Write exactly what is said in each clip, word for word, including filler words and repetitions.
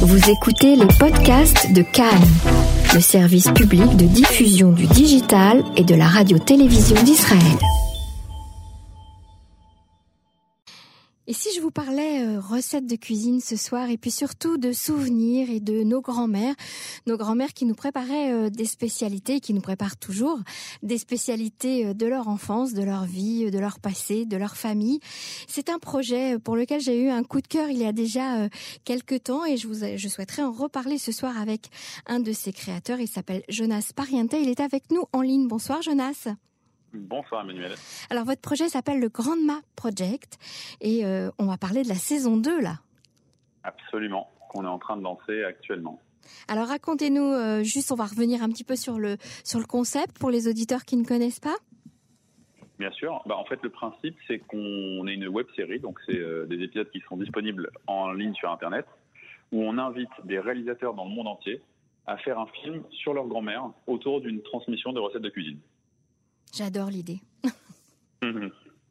Vous écoutez les podcasts de Cannes, le service public de diffusion du digital et de la radio-télévision d'Israël. Et si je vous parlais euh, recettes de cuisine ce soir et puis surtout de souvenirs et de nos grands-mères, nos grands-mères qui nous préparaient euh, des spécialités, qui nous préparent toujours des spécialités euh, de leur enfance, de leur vie, de leur passé, de leur famille. C'est un projet pour lequel j'ai eu un coup de cœur il y a déjà euh, quelques temps et je, vous, je souhaiterais en reparler ce soir avec un de ses créateurs. Il s'appelle Jonas Pariente. Il est avec nous en ligne. Bonsoir Jonas. Bonsoir Emmanuel. Alors votre projet s'appelle le Grandma Project et euh, on va parler de la saison deux là. Absolument, qu'on est en train de lancer actuellement. Alors racontez-nous, euh, juste on va revenir un petit peu sur le, sur le concept pour les auditeurs qui ne connaissent pas. Bien sûr, bah, en fait le principe c'est qu'on est une web série, donc c'est euh, des épisodes qui sont disponibles en ligne sur internet, où on invite des réalisateurs dans le monde entier à faire un film sur leur grand-mère autour d'une transmission de recettes de cuisine. J'adore l'idée. Mmh.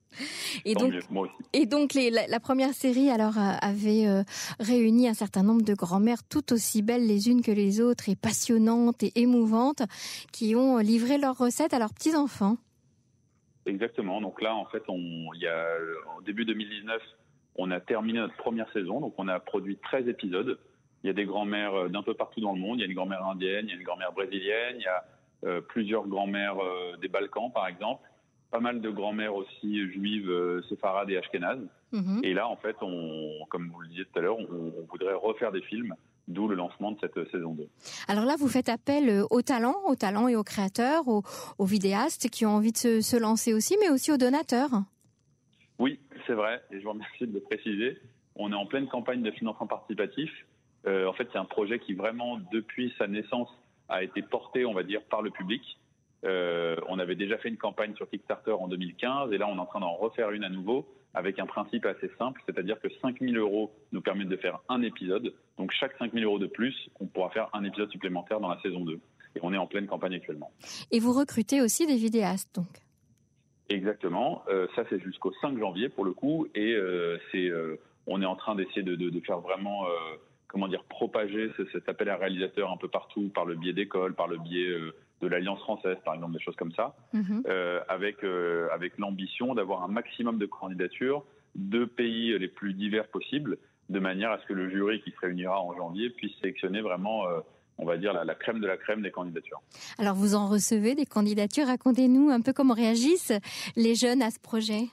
Et Tant donc, mieux, moi aussi. et donc les, la, la première série alors euh, avait euh, réuni un certain nombre de grand-mères tout aussi belles les unes que les autres et passionnantes et émouvantes qui ont livré leurs recettes à leurs petits-enfants. Exactement, donc là en fait, on, il y a, en début deux mille dix-neuf, on a terminé notre première saison, donc on a produit treize épisodes. Il y a des grand-mères d'un peu partout dans le monde, il y a une grand-mère indienne, il y a une grand-mère brésilienne, il y a Euh, plusieurs grand-mères euh, des Balkans, par exemple, pas mal de grand-mères aussi juives, euh, séfarades et ashkénazes. Mmh. Et là, en fait, on, comme vous le disiez tout à l'heure, on, on voudrait refaire des films, d'où le lancement de cette euh, saison deux. Alors là, vous faites appel aux talents, aux talents et aux créateurs, aux, aux vidéastes qui ont envie de se, se lancer aussi, mais aussi aux donateurs. Oui, c'est vrai, et je vous remercie de le préciser. On est en pleine campagne de financement participatif. Euh, en fait, c'est un projet qui vraiment, depuis sa naissance, a été porté, on va dire, par le public. Euh, on avait déjà fait une campagne sur Kickstarter en deux mille quinze et là, on est en train d'en refaire une à nouveau avec un principe assez simple, c'est-à-dire que cinq mille euros nous permettent de faire un épisode. Donc, chaque cinq mille euros de plus, on pourra faire un épisode supplémentaire dans la saison deux. Et on est en pleine campagne actuellement. Et vous recrutez aussi des vidéastes, donc ? Exactement. Euh, ça, c'est jusqu'au cinq janvier, pour le coup. Et euh, c'est, euh, on est en train d'essayer de, de, de faire vraiment... Euh, comment dire, propager cet appel à réalisateurs un peu partout, par le biais d'écoles, par le biais euh, de l'Alliance française, par exemple, des choses comme ça, mmh. euh, avec, euh, avec l'ambition d'avoir un maximum de candidatures de pays les plus divers possibles, de manière à ce que le jury qui se réunira en janvier puisse sélectionner vraiment, euh, on va dire, la, la crème de la crème des candidatures. Alors, vous en recevez des candidatures. Racontez-nous un peu comment réagissent les jeunes à ce projet.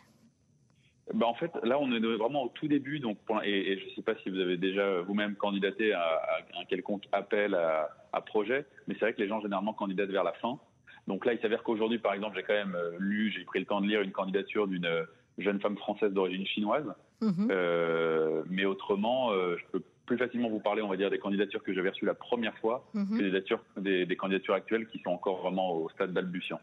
Ben en fait, là, on est vraiment au tout début, donc pour, et, et je ne sais pas si vous avez déjà vous-même candidaté à, à un quelconque appel à, à projet, mais c'est vrai que les gens généralement candidatent vers la fin. Donc là, il s'avère qu'aujourd'hui, par exemple, j'ai quand même lu, j'ai pris le temps de lire une candidature d'une jeune femme française d'origine chinoise, mmh. euh, mais autrement, euh, je peux plus facilement vous parler, on va dire, des candidatures que j'avais reçues la première fois, mmh. que des, des, des candidatures actuelles qui sont encore vraiment au stade balbutiant.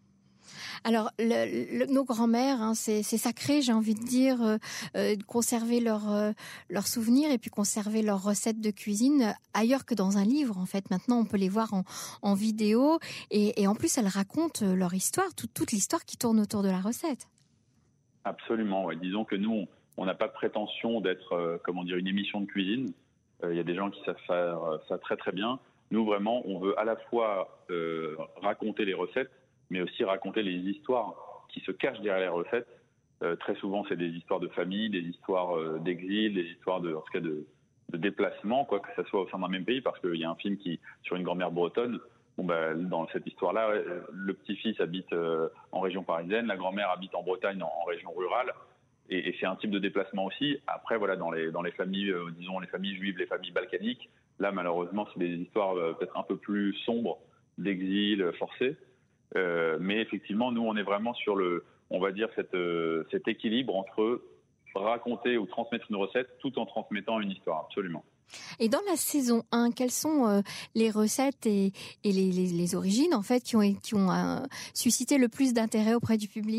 Alors, le, le, nos grands-mères, hein, c'est, c'est sacré, j'ai envie de dire, euh, euh, conserver leurs euh, leurs souvenirs et puis conserver leurs recettes de cuisine ailleurs que dans un livre. En fait, maintenant, on peut les voir en, en vidéo et, et en plus, elles racontent leur histoire, toute, toute l'histoire qui tourne autour de la recette. Absolument, ouais. Disons que nous, on n'a pas de prétention d'être, euh, comment dire, une émission de cuisine. Il euh, y a des gens qui savent faire ça très très bien. Nous, vraiment, on veut à la fois euh, raconter les recettes, mais aussi raconter les histoires qui se cachent derrière les recettes. Euh, très souvent, c'est des histoires de famille, des histoires euh, d'exil, des histoires de, en tout cas de, de déplacement, quoi, que ce soit au sein d'un même pays, parce qu'il y a un film qui sur une grand-mère bretonne. Bon, bah, dans cette histoire-là, le petit-fils habite euh, en région parisienne, la grand-mère habite en Bretagne, en, en région rurale, et, et c'est un type de déplacement aussi. Après, voilà, dans les dans les familles, euh, disons les familles juives, les familles balkaniques, là, malheureusement, c'est des histoires euh, peut-être un peu plus sombres d'exil euh, forcé. Euh, mais effectivement, nous, on est vraiment sur le, on va dire, cette, euh, cet équilibre entre raconter ou transmettre une recette tout en transmettant une histoire, absolument. Et dans la saison un, quelles sont euh, les recettes et, et les, les, les origines, en fait, qui ont, qui ont euh, suscité le plus d'intérêt auprès du public ?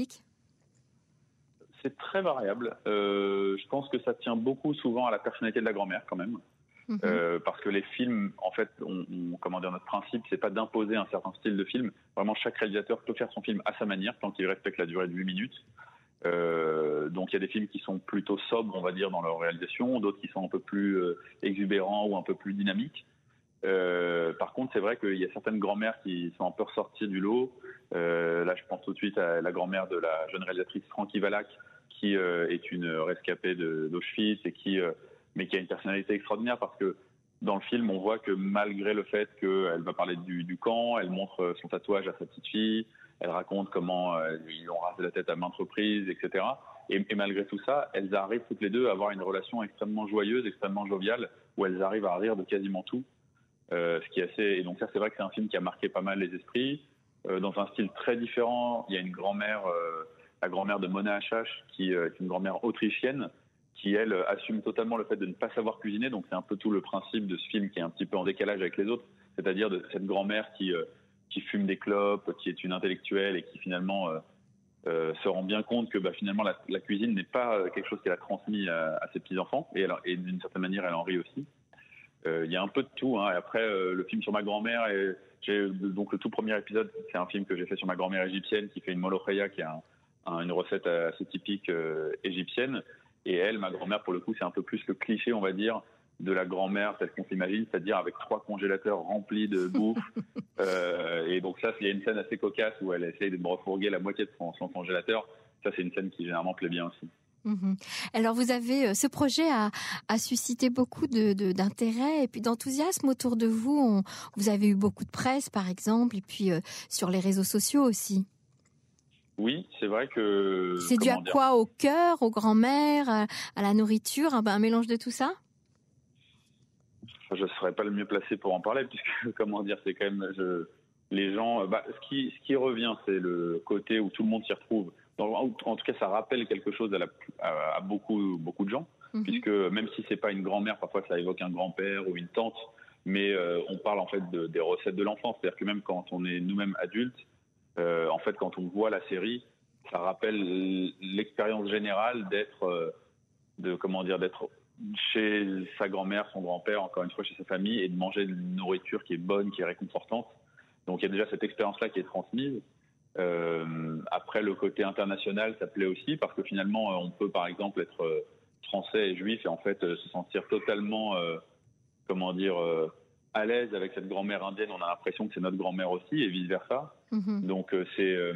C'est très variable. Euh, je pense que ça tient beaucoup souvent à la personnalité de la grand-mère, quand même. Mmh. Euh, parce que les films, en fait, on, on, comment dire, notre principe, c'est pas d'imposer un certain style de film. Vraiment, chaque réalisateur peut faire son film à sa manière, tant qu'il respecte la durée de huit minutes. Euh, donc il y a des films qui sont plutôt sobres, on va dire, dans leur réalisation, d'autres qui sont un peu plus euh, exubérants ou un peu plus dynamiques. Euh, par contre, c'est vrai qu'il y a certaines grand-mères qui sont un peu ressorties du lot. Euh, là, je pense tout de suite à la grand-mère de la jeune réalisatrice Frankie Valak, qui euh, est une rescapée de, d'Auschwitz et qui, euh, mais qui a une personnalité extraordinaire parce que dans le film, on voit que malgré le fait qu'elle va parler du, du camp, elle montre son tatouage à sa petite fille, elle raconte comment euh, ils lui ont rasé la tête à maintes reprises, et cetera. Et, et malgré tout ça, elles arrivent toutes les deux à avoir une relation extrêmement joyeuse, extrêmement joviale, où elles arrivent à rire de quasiment tout. Euh, ce qui est assez... Et donc ça, c'est vrai que c'est un film qui a marqué pas mal les esprits. Euh, dans un style très différent, il y a une grand-mère, euh, la grand-mère de Mona Achache, qui euh, est une grand-mère autrichienne, qui, elle, assume totalement le fait de ne pas savoir cuisiner. Donc c'est un peu tout le principe de ce film qui est un petit peu en décalage avec les autres, c'est-à-dire de cette grand-mère qui, euh, qui fume des clopes, qui est une intellectuelle et qui finalement euh, euh, se rend bien compte que bah, finalement la, la cuisine n'est pas quelque chose qu'elle a transmis à, à ses petits-enfants, et, elle, et d'une certaine manière elle en rit aussi. Il euh, y a un peu de tout, hein. Et après, euh, le film sur ma grand-mère, et j'ai, donc le tout premier épisode, c'est un film que j'ai fait sur ma grand-mère égyptienne qui fait une molokhaya, qui est un, un, une recette assez typique euh, égyptienne. Et elle, ma grand-mère, pour le coup, c'est un peu plus le cliché, on va dire, de la grand-mère telle qu'on s'imagine, c'est-à-dire avec trois congélateurs remplis de bouffe. euh, et donc ça, il y a une scène assez cocasse où elle essaye de me refourguer la moitié de son, son congélateur. Ça, c'est une scène qui généralement plaît bien aussi. Mmh. Alors vous avez ce projet a, a suscité beaucoup de, de, d'intérêt et puis d'enthousiasme autour de vous. On, vous avez eu beaucoup de presse, par exemple, et puis euh, sur les réseaux sociaux aussi. Oui, c'est vrai que... C'est dû à dire, quoi? Au cœur, aux grand-mères, à, à la nourriture, un, un mélange de tout ça? Je ne serais pas le mieux placé pour en parler, puisque, comment dire, c'est quand même... Je, les gens... Bah, ce, qui, ce qui revient, c'est le côté où tout le monde s'y retrouve. Dans, en tout cas, ça rappelle quelque chose à, la, à, à beaucoup, beaucoup de gens, mmh. puisque même si c'est pas une grand-mère, parfois ça évoque un grand-père ou une tante, mais euh, on parle en fait de, des recettes de l'enfance. C'est-à-dire que même quand on est nous-mêmes adultes, euh, en fait, quand on voit la série, ça rappelle l'expérience générale d'être, euh, de comment dire, d'être chez sa grand-mère, son grand-père, encore une fois chez sa famille, et de manger une nourriture qui est bonne, qui est réconfortante. Donc il y a déjà cette expérience-là qui est transmise. Euh, après, le côté international, ça plaît aussi parce que finalement, on peut par exemple être euh, français et juif et en fait euh, se sentir totalement, euh, comment dire, euh, à l'aise avec cette grand-mère indienne. On a l'impression que c'est notre grand-mère aussi et vice versa. Mm-hmm. Donc euh, c'est, euh,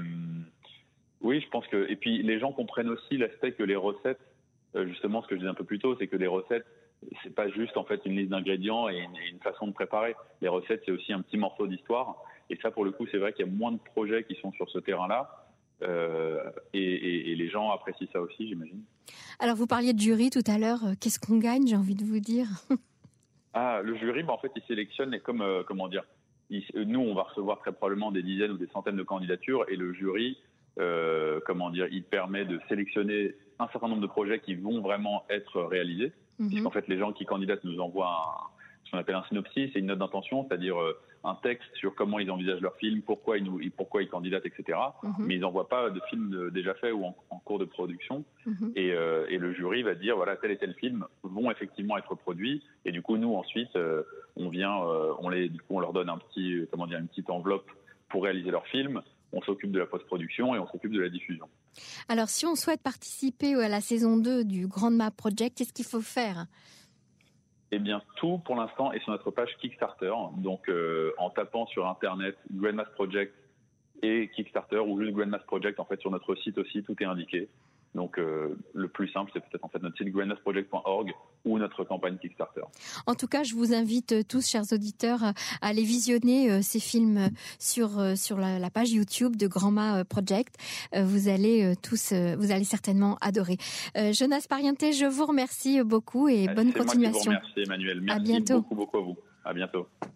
oui, je pense que et puis les gens comprennent aussi l'aspect que les recettes, euh, justement, ce que je disais un peu plus tôt, c'est que les recettes, c'est pas juste en fait une liste d'ingrédients et une, et une façon de préparer. Les recettes, c'est aussi un petit morceau d'histoire. Et ça, pour le coup, c'est vrai qu'il y a moins de projets qui sont sur ce terrain-là. Euh, et, et, et les gens apprécient ça aussi, j'imagine. Alors, vous parliez de jury tout à l'heure. Qu'est-ce qu'on gagne, j'ai envie de vous dire? Ah, le jury, bah, en fait, il sélectionne et comme, euh, comment dire, il, nous, on va recevoir très probablement des dizaines ou des centaines de candidatures et le jury, euh, comment dire, il permet de sélectionner un certain nombre de projets qui vont vraiment être réalisés. Mm-hmm. Puisqu'en fait, les gens qui candidatent nous envoient un, ce qu'on appelle un synopsis, c'est une note d'intention, c'est-à-dire euh, un texte sur comment ils envisagent leur film, pourquoi ils, nous, pourquoi ils candidatent, et cetera. Mm-hmm. Mais ils n'envoient pas de film de, déjà fait ou en, en cours de production. Mm-hmm. Et, euh, et le jury va dire, voilà, tel et tel film vont effectivement être produits. Et du coup, nous, ensuite, euh, on vient, euh, on, les, du coup, on leur donne un petit, comment dire, une petite enveloppe pour réaliser leur film. On s'occupe de la post-production et on s'occupe de la diffusion. Alors, si on souhaite participer à la saison deux du Grandma Project, qu'est-ce qu'il faut faire ? Eh bien, tout pour l'instant est sur notre page Kickstarter. Donc, euh, en tapant sur Internet Grandma's Project et Kickstarter ou juste Grandma's Project, en fait, sur notre site aussi, tout est indiqué. Donc, euh, le plus simple, c'est peut-être en fait notre site grandmas project point org ou notre campagne Kickstarter. En tout cas, je vous invite tous, chers auditeurs, à aller visionner euh, ces films sur euh, sur la, la page YouTube de Grandma Project. Euh, vous allez euh, tous, euh, vous allez certainement adorer. Euh, Jonas Pariente, je vous remercie beaucoup et bonne c'est continuation. Moi qui vous remercie, Emmanuel. Merci à bientôt. beaucoup, beaucoup à vous. À bientôt.